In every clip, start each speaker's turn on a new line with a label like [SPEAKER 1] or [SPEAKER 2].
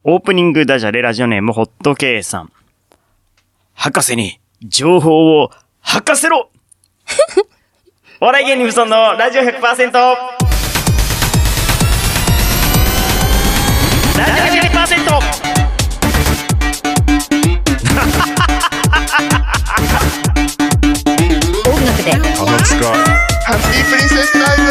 [SPEAKER 1] オープニングダジャレラジオネームホットケイさん。博士に情報を吐かせろお笑い芸人ブソンのラジオ 100%。 ラジオ 100%。
[SPEAKER 2] 音楽で
[SPEAKER 3] 花塚ハッピープリンセスタイム。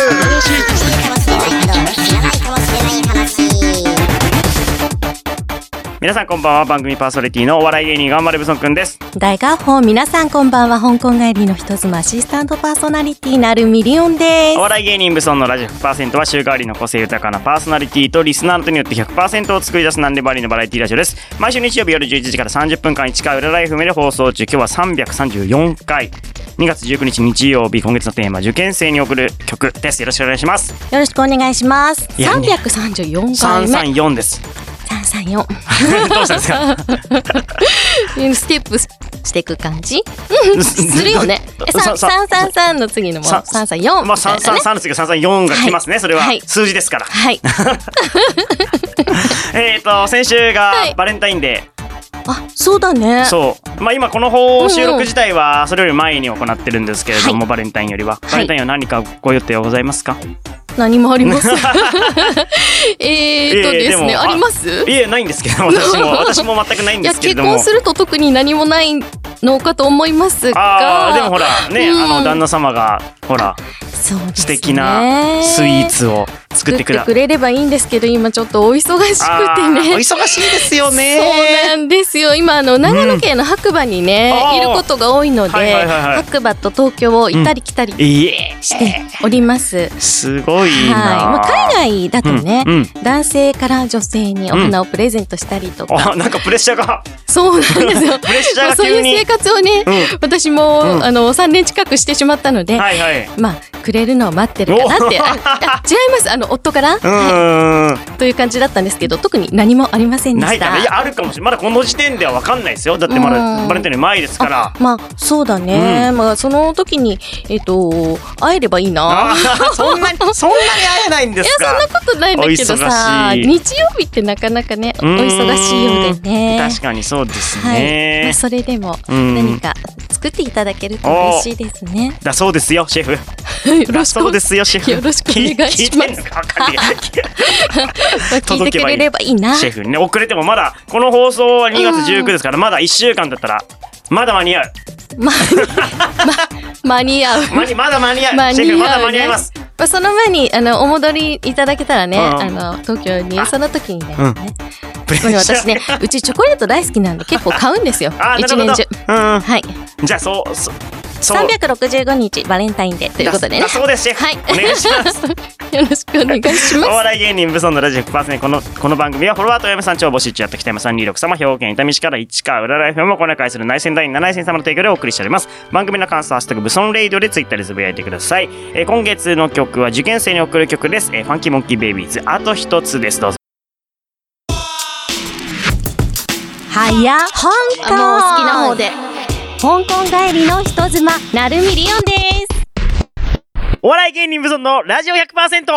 [SPEAKER 1] 皆さんこんばんは。番組パーソナリティのお笑い芸人頑張れブソンくんです。
[SPEAKER 2] 大合法、皆さんこんばんは。香港帰りの人妻アシスタントパーソナリティなるミリオンです。
[SPEAKER 1] お笑い芸人ブソンのラジオ 100% は週替わりの個性豊かなパーソナリティとリスナーの手によって 100% を作り出すなんでバリのバラエティラジオです。毎週日曜日夜11時から30分間近い裏ライフで放送中。今日は334回、2月19日日曜日。今月のテーマ、受験生に送る曲です。よろしくお願いします。
[SPEAKER 2] よろしくお願いします。334回目。
[SPEAKER 1] 334です。
[SPEAKER 2] 334
[SPEAKER 1] どうしたんですか
[SPEAKER 2] ステップしていく感じするよね。333の次のも334。
[SPEAKER 1] まあ333の次が334が来ますね。それは数字ですから。
[SPEAKER 2] はい。
[SPEAKER 1] 先週がバレンタインデー。
[SPEAKER 2] あ、そうだね。
[SPEAKER 1] そう。まあ今この収録自体はそれより前に行ってるんですけれども、バレンタインよりは。バレンタインは何かご予定はございますか？
[SPEAKER 2] 何もありますですね、あります？
[SPEAKER 1] いえ、ないんですけど、私も全くないんですけれども。
[SPEAKER 2] いや、結婚すると特に何もないのかと思いますが。
[SPEAKER 1] でもほらね、旦那様がほら、素敵なスイーツを作ってくれればいいんですけど、今ちょっとお忙しくてね。お忙しいですよね。
[SPEAKER 2] そうなんですよ。今長野県の白馬にね、いることが多いので、白馬と東京を行ったり来たりしております。
[SPEAKER 1] すごいな。
[SPEAKER 2] 海外だとね、男性から女性にお花をプレゼントしたりとか。
[SPEAKER 1] なんかプレッシャーが。
[SPEAKER 2] そうなんですよ。
[SPEAKER 1] プレッシャーが
[SPEAKER 2] そういう生活をね、私も3年近くしてしまったので、まあくれるのを待ってるかなって。違います。夫からという感じだったんですけど、特に何もありませんでした。
[SPEAKER 1] いや、あるかもしれない。まだこの時点では分かんないですよ。だってまだバレンタイン前ですから。
[SPEAKER 2] まあそうだね。まあその時に会えればいいな。
[SPEAKER 1] そんなに会えないんですか？
[SPEAKER 2] いや、そんなことないんだけどさ、日曜日ってなかなかね、お忙しいようでね。
[SPEAKER 1] 確かにそうですね。
[SPEAKER 2] まあそれでも何か作っていただけると嬉しいですね。
[SPEAKER 1] だそうですよ、シェフ。
[SPEAKER 2] よろしく。
[SPEAKER 1] そうですよ、シェフ。
[SPEAKER 2] よろしくお願いします。聞いてくれればいいな。
[SPEAKER 1] シェフにね、遅れてもまだこの放送は2月19ですから、まだ1週間だったらまだ間に合う。
[SPEAKER 2] 間に合う。
[SPEAKER 1] まだ間に合う。シェフまだ間に合います。
[SPEAKER 2] その前にお戻りいただけたらね、東京にその時にね。私ね、うちチョコレート大好きなんで結構買うんですよ。一年中。はい。
[SPEAKER 1] じゃあ
[SPEAKER 2] 365日バレンタインデーということでね。
[SPEAKER 1] そうです、シェフ。はい。お願いします。
[SPEAKER 2] よろしくお願いします。
[SPEAKER 1] お笑い芸人ブソンのラジオ 100%。この番組はフォロワーとお嫁さん超募集中。やってきた山326様、兵庫県伊丹市から市川裏ライフもご仲介する内戦第7戦様の提供でお送りしております。番組の感想はハッシュタグブソンレイディオでツイッターでつぶやいてください。今月の曲は受験生に送る曲です。ファンキーモンキーベイビーズ、あと一つです。どうぞ。
[SPEAKER 2] はや香港、もう好きな方で香港帰りの人妻なるミリオンです。
[SPEAKER 1] お笑い芸人ブソンのラジオ 100%。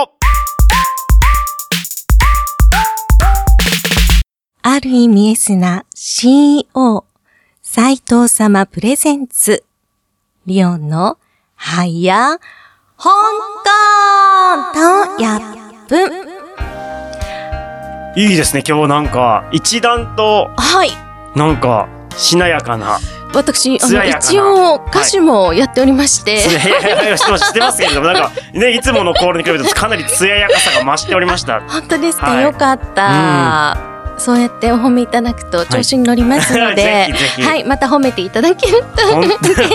[SPEAKER 2] ある意味エスな CEO 斉藤様プレゼンツリオンのはや香港とやっぷん。
[SPEAKER 1] いいですね。今日なんか一段となんかしなやかな。
[SPEAKER 2] 私一応歌手もやっておりまして、
[SPEAKER 1] いや知ってますけれども、なんかね、いつものコールに比べるとかなり艶やかさが増しておりました。
[SPEAKER 2] 本当ですか？よかった。そうやってお褒めいただくと調子に乗りますので、はい、また褒めていただけると嬉しいです。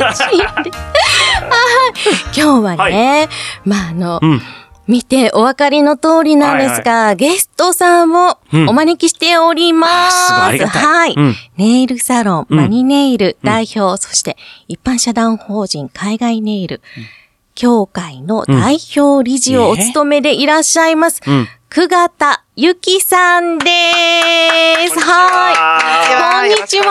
[SPEAKER 2] 今日はね、まあ見てお分かりの通りなんですが、ゲストさんをお招きしております。
[SPEAKER 1] すごいありがたい。
[SPEAKER 2] はい。ネイルサロン、マニネイル代表、そして一般社団法人海外ネイル協会の代表理事をお務めでいらっしゃいます。久方由紀さんです。はい。こんにちは。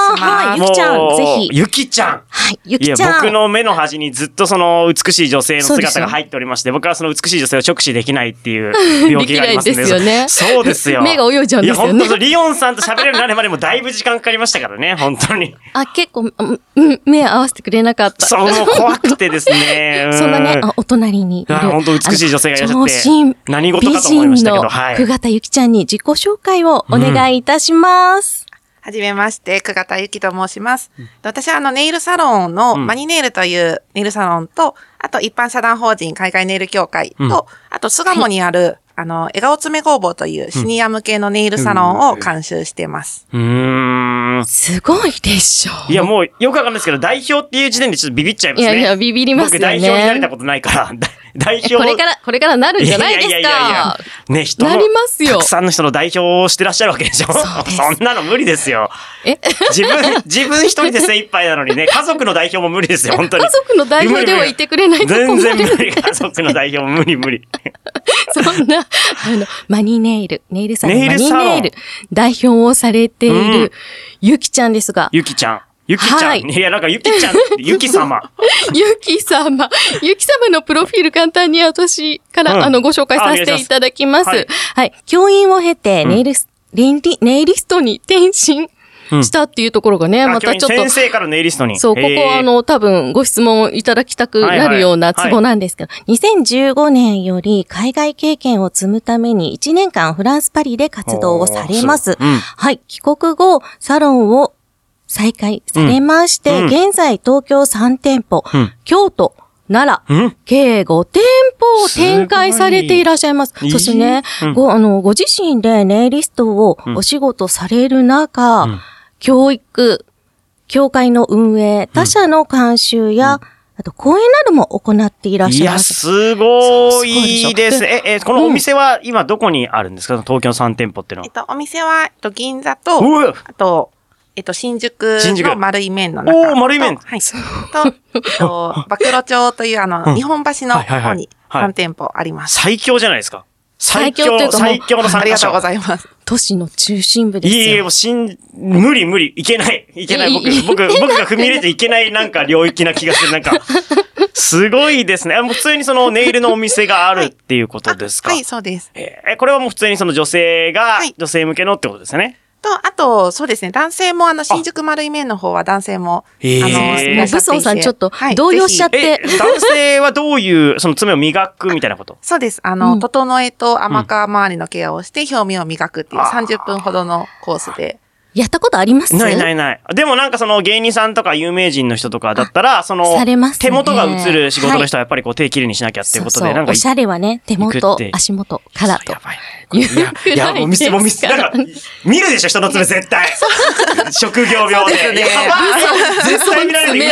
[SPEAKER 2] はい、ゆきちゃん、ぜひ。
[SPEAKER 1] ゆきちゃん。
[SPEAKER 2] はい、ゆきちゃん。
[SPEAKER 1] いや、僕の目の端にずっとその美しい女性の姿が入っておりまして、僕はその美しい女性を直視できないっていう病気がありますんで。
[SPEAKER 2] できないですよね。
[SPEAKER 1] そうですよ。
[SPEAKER 2] 目が泳いじゃうんですよね。
[SPEAKER 1] いや、本当リオンさんと喋れるようになるまでもだいぶ時間かかりましたからね、本当に。
[SPEAKER 2] 結構、目合わせてくれなかった。
[SPEAKER 1] そう、もう怖くてですね。
[SPEAKER 2] そんなね、お隣にいる。
[SPEAKER 1] 本当美しい女性がいらっしゃって。
[SPEAKER 2] 長身
[SPEAKER 1] 何事かと思いましたけど、はい。
[SPEAKER 2] 久形ゆきちゃんに自己紹介をお願いいたします。
[SPEAKER 4] はじめまして、久形ゆきと申します。私はネイルサロンのマニネイルというネイルサロンと、あと一般社団法人海外ネイル協会と、あと巣鴨にある、笑顔爪工房というシニア向けのネイルサロンを監修しています。
[SPEAKER 2] すごいでしょ。
[SPEAKER 1] いや、もうよくわかんないですけど、代表っていう時点でちょっとビビっちゃいますね。
[SPEAKER 2] いや、ビビりますよね。
[SPEAKER 1] 僕代表になれたことないから、代表。
[SPEAKER 2] これからなるんじゃないですか。
[SPEAKER 1] いや。ね、人の、
[SPEAKER 2] なりますよ。
[SPEAKER 1] たくさんの人の代表をしてらっしゃるわけでしょ。そんなの無理ですよ。自分一人で精一杯なのにね、家族の代表も無理ですよ、本当に。
[SPEAKER 2] 家族の代表ではいてくれないと困る。
[SPEAKER 1] 全然無理。家族の代表も無理。
[SPEAKER 2] そんな、マニネイル、ネイルサロン、マニネイル、代表をされている、ゆきちゃんですが。
[SPEAKER 1] ゆきちゃん。ゆきちゃん。いや、なんかゆきちゃん、ゆき様。
[SPEAKER 2] ゆき様のプロフィール簡単に私から、ご紹介させていただきます。はい。教員を経て、ネイリストに転身したっていうところがね、またちょっと。
[SPEAKER 1] 先生からネイリストに。
[SPEAKER 2] そう、ここ多分ご質問いただきたくなるようなツボなんですけど、2015年より海外経験を積むために1年間フランスパリで活動をされます。はい。帰国後、サロンを再開されまして、現在東京3店舗、京都、奈良、計5店舗を展開されていらっしゃいます。そしてね、ご自身でネイリストをお仕事される中、教育、協会の運営、他社の監修や、あと講演なども行っていらっしゃいます。
[SPEAKER 1] いや、すごいですね。このお店は今どこにあるんですか？東京3店舗っていうのは。
[SPEAKER 4] お店は、銀座と、あと、新宿の丸い面の中。
[SPEAKER 1] 丸い面。
[SPEAKER 4] はい。暴露町という日本橋の方に3店舗あります。
[SPEAKER 1] 最強じゃないですか。最強の3カ所。
[SPEAKER 4] ありがとうございます。
[SPEAKER 2] 都市の中心部ですよ。
[SPEAKER 1] いえ、無理。いけない。僕が踏み入れていけないなんか領域な気がする。なんか、すごいですね。普通にそのネイルのお店があるっていうことですか？
[SPEAKER 4] はい、そうです。
[SPEAKER 1] これはもう普通にその女性向けのってことですよね。
[SPEAKER 4] あと、そうですね、男性も新宿丸い面の方は男性も、
[SPEAKER 2] ブソンさんちょっと動揺しちゃって。
[SPEAKER 1] 男性はどういう、その爪を磨くみたいなこと？
[SPEAKER 4] そうです。整えと甘皮周りのケアをして表面を磨くっていう30分ほどのコースで。
[SPEAKER 2] やったことあります？
[SPEAKER 1] ない。でもなんかその芸人さんとか有名人の人とかだったら、その、手元が映る仕事の人はやっぱり手きれいにしなきゃっていうことで、なんか。
[SPEAKER 2] おしゃれはね、手元、足元からと。
[SPEAKER 1] やばい。いや、もうなんか、見るでしょ、人の爪絶対。職業病で。絶対見られる。いや、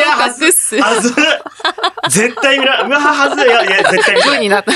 [SPEAKER 1] 絶対見られる。はず。いや、絶対無理になった。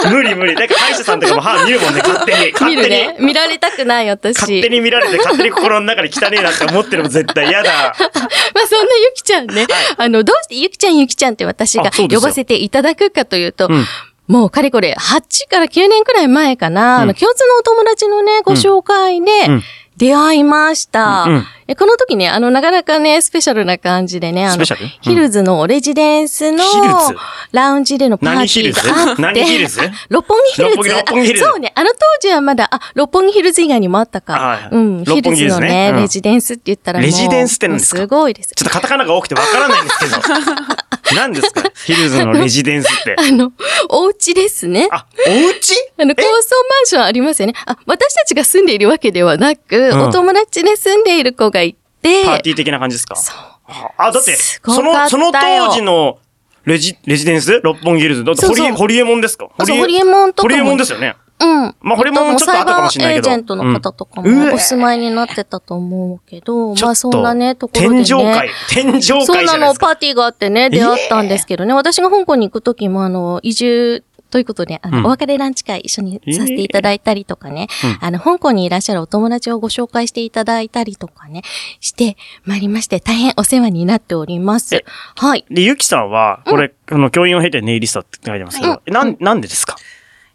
[SPEAKER 1] 無理。なんか歯医者さんとかも歯見るもんね、勝手に。
[SPEAKER 2] 見るね。見られたくない、私。
[SPEAKER 1] 勝手に見られて、勝手に心の中に汚ねえなって思ってるの絶対嫌だ。
[SPEAKER 2] まあそんなゆきちゃんね、どうしてゆきちゃんって私が呼ばせていただくかというと、もうかれこれ8から9年くらい前かな、共通のお友達のね、ご紹介で出会いました。この時ね、なかなかね、スペシャルな感じでね、ヒルズのレジデンスのラウンジでのパーティーがあって。
[SPEAKER 1] 何ヒルズ？
[SPEAKER 2] 六本木ヒルズ。そうね、当時はまだ、六本木ヒルズ以外にもあったか。ヒルズのね、レジデンスって言ったらもう。
[SPEAKER 1] レジデンスって何ですか？
[SPEAKER 2] すごいです。
[SPEAKER 1] ちょっとカタカナが多くてわからないんですけど。何ですか？ヒルズのレジデンスって。
[SPEAKER 2] お家ですね。
[SPEAKER 1] お家？
[SPEAKER 2] 高層マンションありますよね。私たちが住んでいるわけではなく、お友達で住んでいる子がいて。
[SPEAKER 1] パーティー的な感じですか？
[SPEAKER 2] そう。
[SPEAKER 1] だって、その当時のレジデンス六本木ヒルズ。だってホリエモンですか？
[SPEAKER 2] ホリエモンとか。
[SPEAKER 1] ホリエモンですよね。まあ、ホリエモンもちょっと後かもしれないけど。
[SPEAKER 2] エージェントの方とかもお住まいになってたと思うけど、まあそんなね、ところでね。
[SPEAKER 1] 天上界
[SPEAKER 2] そうなの、パーティーがあってね、出会ったんですけどね。私が香港に行くときも移住、ということで、お別れランチ会一緒にさせていただいたりとかね、香港にいらっしゃるお友達をご紹介していただいたりとかね、してまいりまして、大変お世話になっております。はい。
[SPEAKER 1] で、ゆきさんは、これ、教員を経てネイリストって書いてますけど、なんでですか？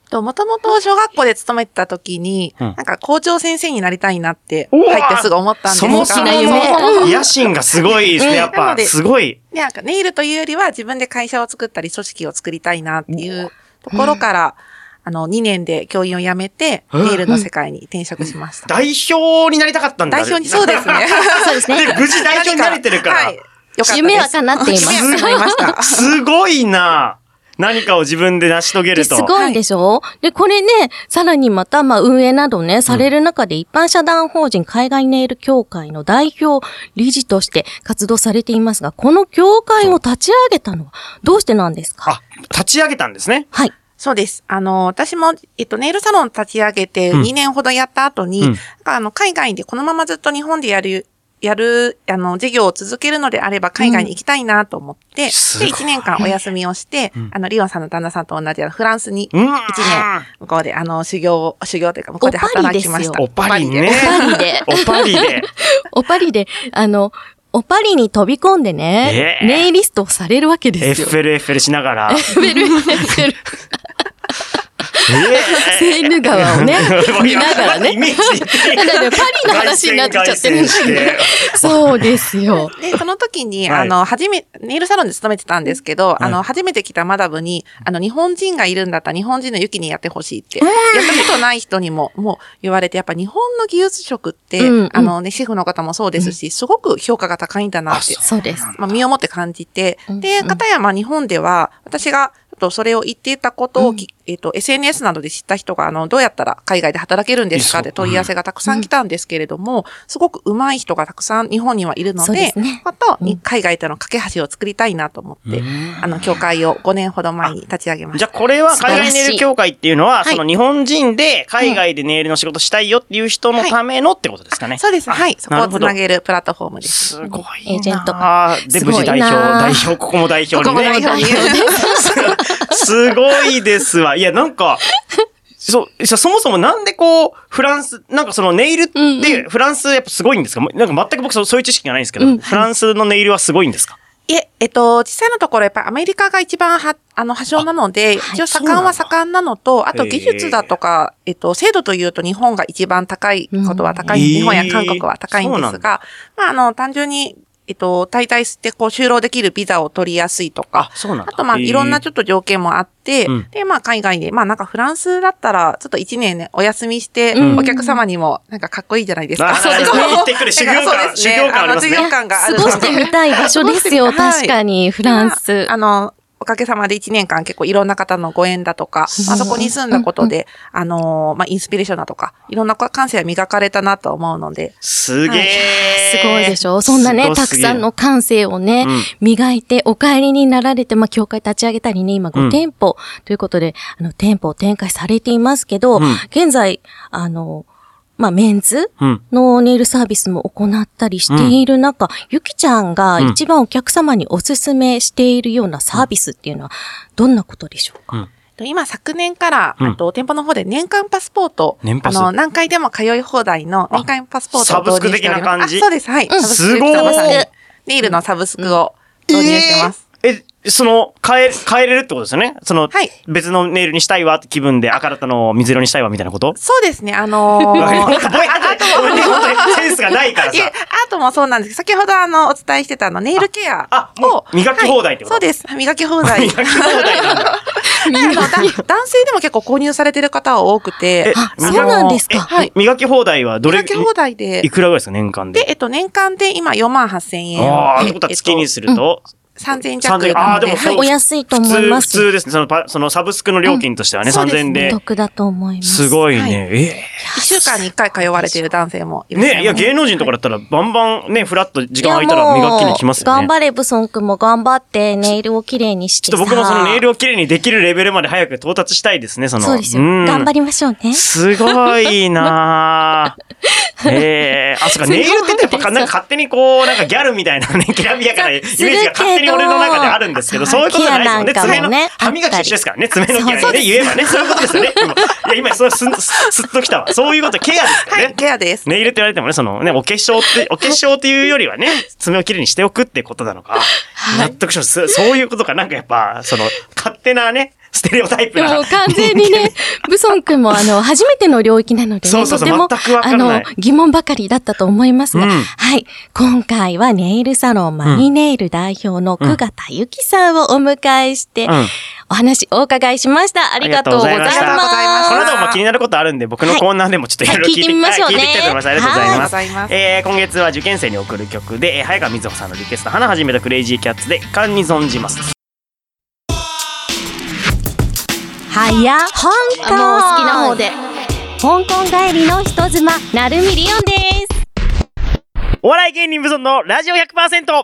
[SPEAKER 4] もともと小学校で勤めてた時に、なんか校長先生になりたいなって
[SPEAKER 1] うわ
[SPEAKER 4] 入ってすぐ思ったんですが。
[SPEAKER 1] そもそも野心がすごいですね、やっぱ。
[SPEAKER 4] なのです
[SPEAKER 1] ごい。
[SPEAKER 4] なんかネイルというよりは自分で会社を作ったり組織を作りたいなっていうところから、2年で教員を辞めて、ネイルの世界に転職しました。
[SPEAKER 1] 代表になりたかったんだ。
[SPEAKER 4] 代表に、そうですね。
[SPEAKER 2] そうですね。
[SPEAKER 1] で、無事代表になれてるから。
[SPEAKER 4] はい。よかったです。
[SPEAKER 2] 夢は叶っています。
[SPEAKER 4] 夢は叶いました。
[SPEAKER 1] すごいな。何かを自分で成し遂げると。
[SPEAKER 2] すごいでしょ、で、これね、さらにまた、運営などね、される中で一般社団法人海外ネイル協会の代表理事として活動されていますが、この協会を立ち上げたのはどうしてなんですか？
[SPEAKER 1] 立ち上げたんですね。
[SPEAKER 2] はい。
[SPEAKER 4] そうです。私も、ネイルサロン立ち上げて2年ほどやった後に、海外でこのままずっと日本でやる、事業を続けるのであれば海外に行きたいなと思って、で、1年間お休みをして、リオンさんの旦那さんと同じフランスに1年、向こうで、修行というか、向こうで働きました。
[SPEAKER 1] おパリね。
[SPEAKER 2] おパリで。おパリで、おパリに飛び込んでね、ネイリストをされるわけですよ。
[SPEAKER 1] エッフェルしながら。
[SPEAKER 2] エッフェル。セーヌ川をね、見ながらね。
[SPEAKER 1] イメージ
[SPEAKER 2] パリの話になっちゃってるんですけど。そうですよ。
[SPEAKER 4] で、その時に、ネイルサロンで勤めてたんですけど、初めて来たマダムに、日本人がいるんだったら日本人のユキにやってほしいって、やったことない人にも、もう言われて、やっぱ日本の技術職って、シェフの方もそうですし、すごく評価が高いんだなって。
[SPEAKER 2] そうです。
[SPEAKER 4] 身をもって感じて、で、片や日本では、私が、それを言っていたことをSNS などで知った人が、どうやったら海外で働けるんですかって問い合わせがたくさん来たんですけれども、すごく上手い人がたくさん日本にはいるので、海外との架け橋を作りたいなと思って、協会を5年ほど前に立ち上げました。
[SPEAKER 1] じゃあこれは海外ネイル協会っていうのは、その日本人で海外でネイルの仕事したいよっていう人のためのってことですかね。
[SPEAKER 4] そうです。はい。そこをつなげるプラットフォームです。
[SPEAKER 1] すごいな。
[SPEAKER 2] エージェント。
[SPEAKER 1] で、無事代表、ここも代表にね。すごいですわ。いや、なんか、そもそもなんでフランス、なんかそのネイルってフランスやっぱすごいんですか？なんか全く僕そういう知識がないんですけど、フランスのネイルはすごいんですか？
[SPEAKER 4] いえ、実際のところやっぱりアメリカが一番発祥なので、一応盛んなのと、あと技術だとか、精度というと日本が一番高いことは高い、日本や韓国は高いんですが、単純に、滞在して就労できるビザを取りやすいとか、あといろんなちょっと条件もあって、で、海外で、なんかフランスだったら、ちょっと1年ね、お休みして、お客様にも、なんかかっこいいじゃないですか。
[SPEAKER 1] そうですね。行ってくる修行感ありますね。
[SPEAKER 4] 修行感がある。
[SPEAKER 2] 過ごしてみたい場所ですよ、確かに、フランス。
[SPEAKER 4] おかげさまで1年間結構いろんな方のご縁だとか、そこに住んだことで、インスピレーションだとか、いろんな感性が磨かれたなと思うので。
[SPEAKER 1] すげー。
[SPEAKER 2] すごいでしょ。そんなね、たくさんの感性をね、磨いてお帰りになられて、協会立ち上げたりね、今5店舗ということで、店舗を展開されていますけど、現在、メンズのネイルサービスも行ったりしている中、ゆきちゃんが一番お客様におすすめしているようなサービスっていうのはどんなことでしょうか？
[SPEAKER 4] 今昨年から、店舗の方で年間パスポート、何回でも通い放題の年間パスポートを導入しております。
[SPEAKER 1] サブスク的な感じ？
[SPEAKER 4] そうです、はい。
[SPEAKER 1] すごい。
[SPEAKER 4] ネイルのサブスクを導入してます。
[SPEAKER 1] 変えれるってことですよね。別のネイルにしたいわって気分で赤だったのを水色にしたいわみたいなこと？
[SPEAKER 4] そうですね、
[SPEAKER 1] センスがないからさ。
[SPEAKER 4] アートもそうなんですけど、先ほどお伝えしてたネイルケアを。
[SPEAKER 1] 磨き放題ってこと？
[SPEAKER 4] そうです。磨き放題。
[SPEAKER 1] 磨き放題なんだ。
[SPEAKER 4] 男性でも結構購入されてる方は多くて。
[SPEAKER 2] そうなんですか。
[SPEAKER 1] はい。磨き放題は
[SPEAKER 4] 磨き放題で。
[SPEAKER 1] いくらぐらいですか、年間で？
[SPEAKER 4] 年間で今48,000円。
[SPEAKER 1] ってことは月にすると
[SPEAKER 4] ？3,000円弱なので。
[SPEAKER 2] お安いと思います。
[SPEAKER 1] 普通ですね。そのサブスクの料金としてはね、3,000円で。
[SPEAKER 2] お得だと思います。
[SPEAKER 1] すごいね。
[SPEAKER 4] 1週間に1回通われている男性もいらっしゃいます。
[SPEAKER 1] ね、いや、芸能人とかだったら、バンバンね、フラッと時間空いたら磨きに来ますよね。
[SPEAKER 2] 頑張れ、ブソン君も頑張って、ネイルをきれいにしてさ。
[SPEAKER 1] ちょっと僕もそのネイルをきれいにできるレベルまで早く到達したいですね、
[SPEAKER 2] そうですよ。頑張りましょうね。
[SPEAKER 1] すごいなぁ。そうか、ネイルってやっぱなんか勝手になんかギャルみたいなね、きらびやかなイメージが勝手に俺の中であるんですけど、そういうことじゃないですよね。爪の、歯磨き一緒ですからね、爪のケアで言えばね、そういうことですよね。いや、今、スッときたわ。そういうこと、ケアですからね。
[SPEAKER 4] はい、ケアです。
[SPEAKER 1] ネイルって言われてもね、お化粧っていうよりはね、爪をきれいにしておくってことなのか。納得します。そういうことか、なんかやっぱ、勝手なね、 ステレオタイプな。
[SPEAKER 2] でも完全にね、ブソン君も初めての領域なのでね、
[SPEAKER 1] そうそうそう
[SPEAKER 2] とても、
[SPEAKER 1] 全くわからない
[SPEAKER 2] 疑問ばかりだったと思いますが、
[SPEAKER 1] うん
[SPEAKER 2] はい。今回はネイルサロンマニネイル代表の久形ゆきさんをお迎えして、
[SPEAKER 1] うん
[SPEAKER 2] お話お伺いしました。ありがとうございました。
[SPEAKER 1] ありがとうござい
[SPEAKER 4] ました
[SPEAKER 1] この後も気になることあるんで、僕のコーナーでもちょっといろいろ聞いて、
[SPEAKER 2] はい聞いてみましょうね
[SPEAKER 1] 聞いていきたいと思います。ありがとうございます。
[SPEAKER 4] はいありがとうご
[SPEAKER 1] 今月は受験生に送る曲で、早川瑞穂さんのリクエスト、花始めたクレイジーキャッツで、勘に存じます。
[SPEAKER 2] はや、香港。
[SPEAKER 5] もう好きな方で。
[SPEAKER 2] 香港帰りの人妻、なるみりおんです。
[SPEAKER 1] お笑い芸人ブソンのラジオ 100%。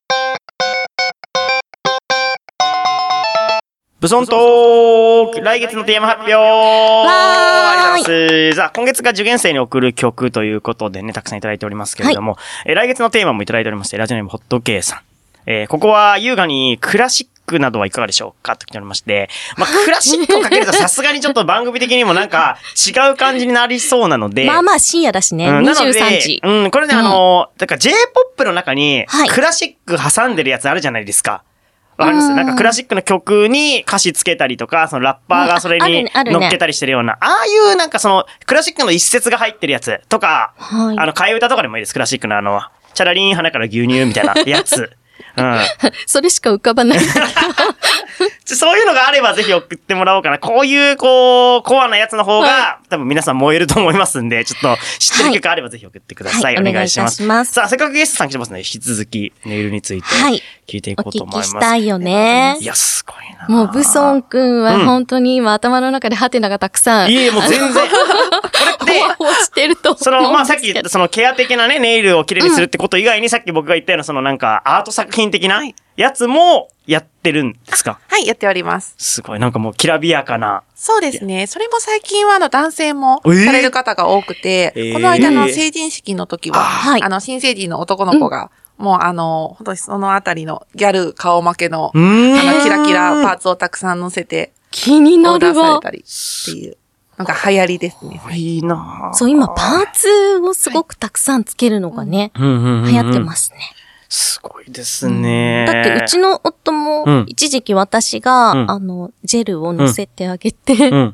[SPEAKER 1] ブソントーク来月のテーマ発表ありがとうございます。さあ、今月が受験生に送る曲ということでね、たくさんいただいておりますけれども、来月のテーマもいただいておりまして、ラジオネームホットケイさん。ここは優雅にクラシックなどはいかがでしょうかと来ておりまして、まあ、クラシックをかけるとさすがにちょっと番組的にもなんか違う感じになりそうなので、
[SPEAKER 2] まあまあ深夜だしね、
[SPEAKER 1] なので
[SPEAKER 2] 23時。
[SPEAKER 1] これね、だから J-POP の中に
[SPEAKER 2] はい、
[SPEAKER 1] クラシック挟んでるやつあるじゃないですか。わかりますなんかクラシックの曲に歌詞つけたりとか、そのラッパーがそれに
[SPEAKER 2] あるね
[SPEAKER 1] 乗っけたりしてるような、ああいうなんかその、クラシックの一節が入ってるやつとか、
[SPEAKER 2] はい
[SPEAKER 1] 替え歌とかでもいいです、クラシックのチャラリン花から牛乳みたいなやつ。
[SPEAKER 2] それしか浮かばない。
[SPEAKER 1] そういうのがあればぜひ送ってもらおうかな。こういう、コアなやつの方が、多分皆さん燃えると思いますんで、ちょっと知ってる曲あればぜひ送ってください。
[SPEAKER 2] はい
[SPEAKER 1] お願いします。
[SPEAKER 2] お願いいたします
[SPEAKER 1] さあ、せっかくゲストさん来てますね。引き続き、ネイルについて
[SPEAKER 2] はい
[SPEAKER 1] 聞いてい
[SPEAKER 2] お
[SPEAKER 1] こうと思います。
[SPEAKER 2] 聞きしたいよね
[SPEAKER 1] い。や、すごいな。
[SPEAKER 2] もうブソン君は本当に今頭の中でハテナがたくさん。
[SPEAKER 1] いえ、もう全然。これって、
[SPEAKER 2] ほわほわしてると思うんですけど。
[SPEAKER 1] まあ、さっき言ったそのケア的なね、ネイルをきれいにするってこと以外に、さっき僕が言ったような、なんか、アート作品的なやつもやってるんですか？
[SPEAKER 4] はい、やっております。
[SPEAKER 1] すごい、なんかもう、きらびやかな。
[SPEAKER 4] そうですね。それも最近は男性も
[SPEAKER 1] えー
[SPEAKER 4] される方が多くて、この間の成人式の時は、
[SPEAKER 2] はい
[SPEAKER 4] 新成人の男の子が、もう本当にそのあたりのギャル顔負けの、
[SPEAKER 1] キラ
[SPEAKER 4] キラキラパーツをたくさん載せて、
[SPEAKER 2] 気に
[SPEAKER 4] オーダ
[SPEAKER 2] なるわ。
[SPEAKER 4] ーされたりっていう、なんか流行りですね。
[SPEAKER 1] いいなぁ
[SPEAKER 2] そう、今パーツをすごくたくさんつけるのがね、流行ってますね。
[SPEAKER 1] すごいですね。
[SPEAKER 2] だってうちの夫
[SPEAKER 1] うん
[SPEAKER 2] も、一時期私が、
[SPEAKER 1] うん
[SPEAKER 2] ジェルを乗せてあげて、
[SPEAKER 1] うん。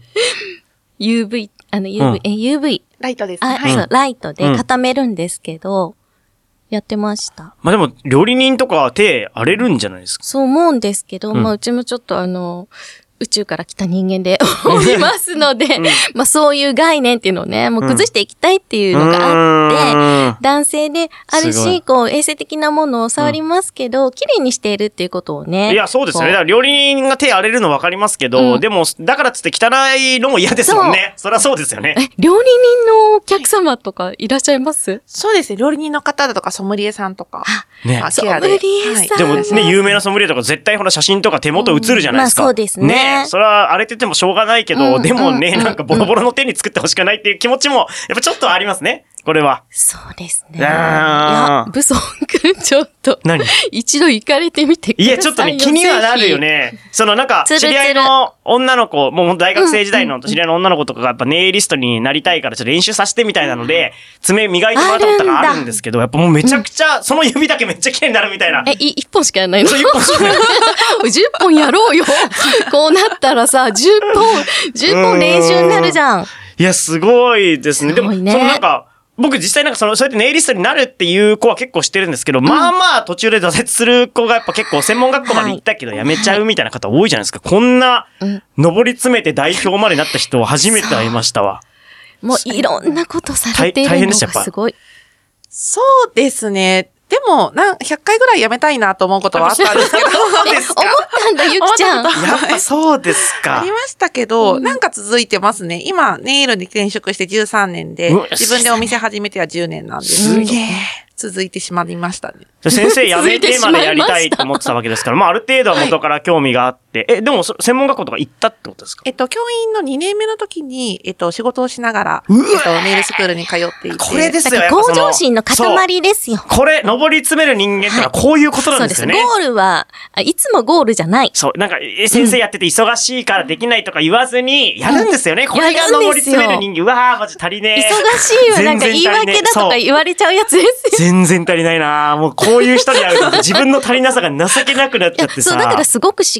[SPEAKER 2] UV、UV、
[SPEAKER 4] ライトです
[SPEAKER 2] あ、
[SPEAKER 4] ね。はい。
[SPEAKER 2] そう、ライトで固めるんですけど、やってました。
[SPEAKER 1] まあでも、料理人とかは手荒れるんじゃないですか。
[SPEAKER 2] そう思うんですけど、まあうちもちょっと宇宙から来た人間でおりますので、まあそういう概念っていうのをね、もう崩していきたいっていうのがあって、男性である
[SPEAKER 1] すごい
[SPEAKER 2] し、こう衛生的なものを触りますけど、綺麗にしているっていうことをね。
[SPEAKER 1] いや、そうですよね。だから料理人が手荒れるの分かりますけど、でも、だからっつって汚いのも嫌ですもんね。そりゃそうですよね。
[SPEAKER 2] 料理人のお客様とかいらっしゃいます？
[SPEAKER 4] そうですね。料理人の方だとかソムリエさんとか、
[SPEAKER 1] ね
[SPEAKER 4] まあケアで。
[SPEAKER 2] ソムリエさん
[SPEAKER 1] でもね、有名なソムリエとか絶対ほら写真とか手元映るじゃないですか。
[SPEAKER 2] まあそうですね
[SPEAKER 1] ねそれは荒れててもしょうがないけど、でもね、なんかボロボロの手に作ってほしくないっていう気持ちも、やっぱちょっとありますね。これは。
[SPEAKER 2] そうですね。
[SPEAKER 1] いやー
[SPEAKER 2] いや、ブソン君ちょっと、
[SPEAKER 1] 何
[SPEAKER 2] 一度行かれてみてくださいよ。
[SPEAKER 1] いや、ちょっとね、気にはなるよね。なんか、
[SPEAKER 2] つるつる
[SPEAKER 1] 知り合いの女の子、もう大学生時代の知り合いの女の子とかがやっぱネイリストになりたいからちょっと練習させてみたいなので、爪磨いてもらったことがあるんですけど、やっぱもうめちゃくちゃ、その指だけめっちゃ綺麗になるみたいな。
[SPEAKER 2] 一本しかやらないの？
[SPEAKER 1] そう、一本しかない。
[SPEAKER 2] 10本やろうよ。こうなったらさ、10本練習になるじゃん。
[SPEAKER 1] いや、すごいですね。でも、
[SPEAKER 2] すごいね
[SPEAKER 1] なんか、僕実際なんかそうやってネイリストになるっていう子は結構知ってるんですけど、まあまあ途中で挫折する子がやっぱ結構専門学校まで行ったけどやめちゃうみたいな方多いじゃないですか。こんな、上り詰めて代表までなった人を初めて会いましたわ。
[SPEAKER 2] もういろんなことされているの
[SPEAKER 1] 大変でした
[SPEAKER 2] がすごい。
[SPEAKER 4] そうですね。でも、100回ぐらいやめたいなと思うことはあったんですけど。
[SPEAKER 1] そうですか。
[SPEAKER 2] 思ったんだ、ゆきちゃん。
[SPEAKER 1] やっぱそうですか。
[SPEAKER 4] ありましたけど、なんか続いてますね。今、ネイルに転職して13年で
[SPEAKER 1] うわ、
[SPEAKER 4] 自分でお店始めては10年なんです
[SPEAKER 1] すげえ。
[SPEAKER 4] 続いてしまいましたね。
[SPEAKER 1] 先生辞めてまでやりたいと思ってたわけですから、まあある程度は元から興味があって、でも専門学校とか行ったってことですか？
[SPEAKER 4] 教員の2年目の時に、仕事をしながら、ネイルスクールに通っていて。
[SPEAKER 1] これですよ、
[SPEAKER 2] だから向上心の塊ですよ。
[SPEAKER 1] これ、上り詰める人間ってのはこういうことなんですよね。
[SPEAKER 2] ゴールは、いつもゴールじゃない。
[SPEAKER 1] そう、なんか、先生やってて忙しいからできないとか言わずに、やるんですよね。これが上り詰める人間。うわー、マジ足りねえ。
[SPEAKER 2] 忙しいはなんか言い訳だとか言われちゃうやつですよ。
[SPEAKER 1] 全然足りないなもうこういう人に会うと自分の足りなさが情けなくなっちゃってさ。
[SPEAKER 2] そう、だからすごく刺激受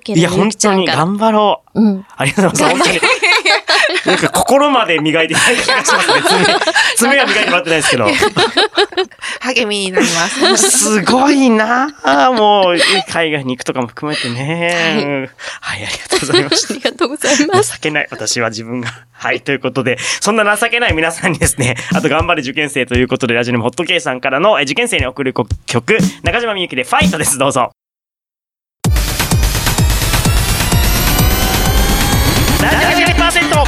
[SPEAKER 2] けど、
[SPEAKER 1] いや、本当に頑張ろう。
[SPEAKER 2] うん。
[SPEAKER 1] ありがとうございます。本当に。なんか心まで磨いてない気がしますね。爪は磨いてもらってないですけど。
[SPEAKER 4] 励みになります。
[SPEAKER 1] すごいなぁ。もう、海外に行くとかも含めてね。はい、ありがとうございました。
[SPEAKER 2] ありがとうございます。
[SPEAKER 1] 情けない。私は自分が。はい、ということで、そんな情けない皆さんにですね、あと頑張れ受験生ということで、ラジオネームホットケイさんからの受験生に送る曲、中島みゆきでファイトです。どうぞ。72%!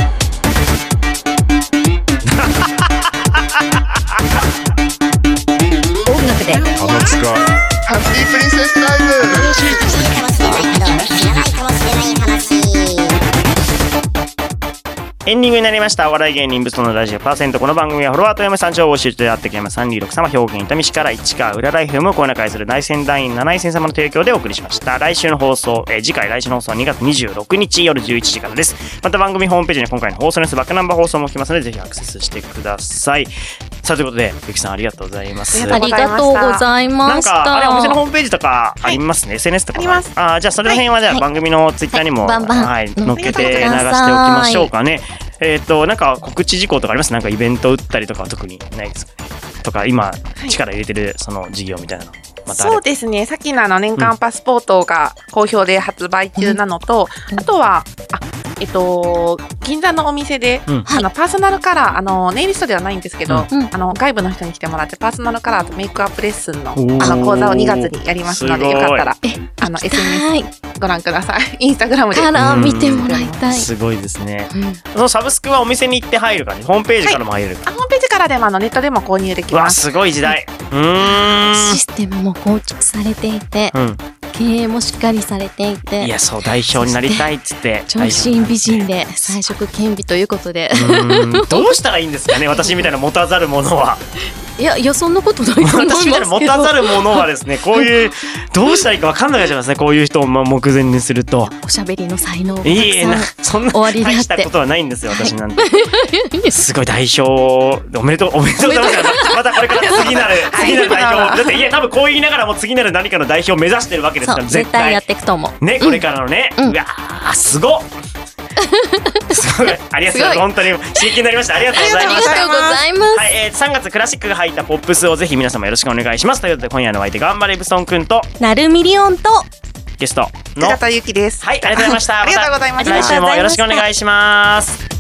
[SPEAKER 2] 音楽で
[SPEAKER 3] 浜塚ハッピープリンセスタイム。
[SPEAKER 1] エンディングになりました。お笑い芸人ブソのラジオ%。この番組はフォロワーと嫁さん情報集であってき山326様、兵庫県伊丹市から市川裏ライフをこえな会する内戦団員7位戦様の提供でお送りしました。来週の放送、来週の放送は2月26日夜11時からです。また番組ホームページに今回の放送のバックナンバー放送も来ますので、ぜひアクセスしてください。さあ、ということで、ゆきさんありがとうございます。
[SPEAKER 2] ありがとうございました。
[SPEAKER 1] なんか、あれ、お店のホームページとかありますね。SNS とか。
[SPEAKER 4] あります。
[SPEAKER 1] じゃあ、それの辺はじゃあ、番組のツイッターにも、
[SPEAKER 2] バンバン
[SPEAKER 1] 載っけて流しておきましょうかね。なんか告知事項とかあります？なんかイベント打ったりとかは特にないですかね。とか、今、力入れてる、その事業みたいなの。
[SPEAKER 4] そうですね。さっきの年間パスポートが好評で発売中なのと、あとは、銀座のお店で、パーソナルカラー、ネイリストではないんですけど、外部の人に来てもらって、パーソナルカラーとメイクアップレッスンの、講座を2月にやりますので、よかったら、SNS ご覧ください。インスタグラムで。
[SPEAKER 2] 見てもらいたい。
[SPEAKER 1] すごいですね。そのサブスクはお店に行って入る感じ？ホームページからも入れる？
[SPEAKER 4] ホームページからでもネットでも購入できます。
[SPEAKER 1] すごい時代。
[SPEAKER 2] システムも構築されていて、経営もしっかりされていて、
[SPEAKER 1] いや、そう、代表になりたいっつって。
[SPEAKER 2] 長身美人で才色兼備ということで。
[SPEAKER 1] どうしたらいいんですかね、私みたいな持たざる者は。
[SPEAKER 2] いや、そんなことないと思いますけど。
[SPEAKER 1] 私みたいな持たざる者はですね、こういう、どうしたらいいか分かんなくなっちゃいますね、こういう人を目前にすると。
[SPEAKER 2] おしゃべりの才能がたく
[SPEAKER 1] そんな大したことはないんですよ、私なんて。すごい代表、おめでとうございます。またこれから次なる代表。だって、いや、多分こう言いながらも次なる何かの代表を目指してるわけですから、
[SPEAKER 2] 絶対やっていくと思う。
[SPEAKER 1] ね、これからのね。うわー、すごっ。すごい。ありがとうございます。本当に刺激になりました。ありがとうございました。
[SPEAKER 2] ありがとうございます。
[SPEAKER 1] はい、3月クラシックが入ったポップスをぜひ皆様よろしくお願いします。ということで今夜のお相手、頑張れブソンくんと、
[SPEAKER 2] なるみりおんと、
[SPEAKER 1] ゲストの
[SPEAKER 4] 中田ゆきです。
[SPEAKER 1] はい、ありがとうございました。
[SPEAKER 4] ありがとうございました。
[SPEAKER 1] 来週もよろしくお願いします。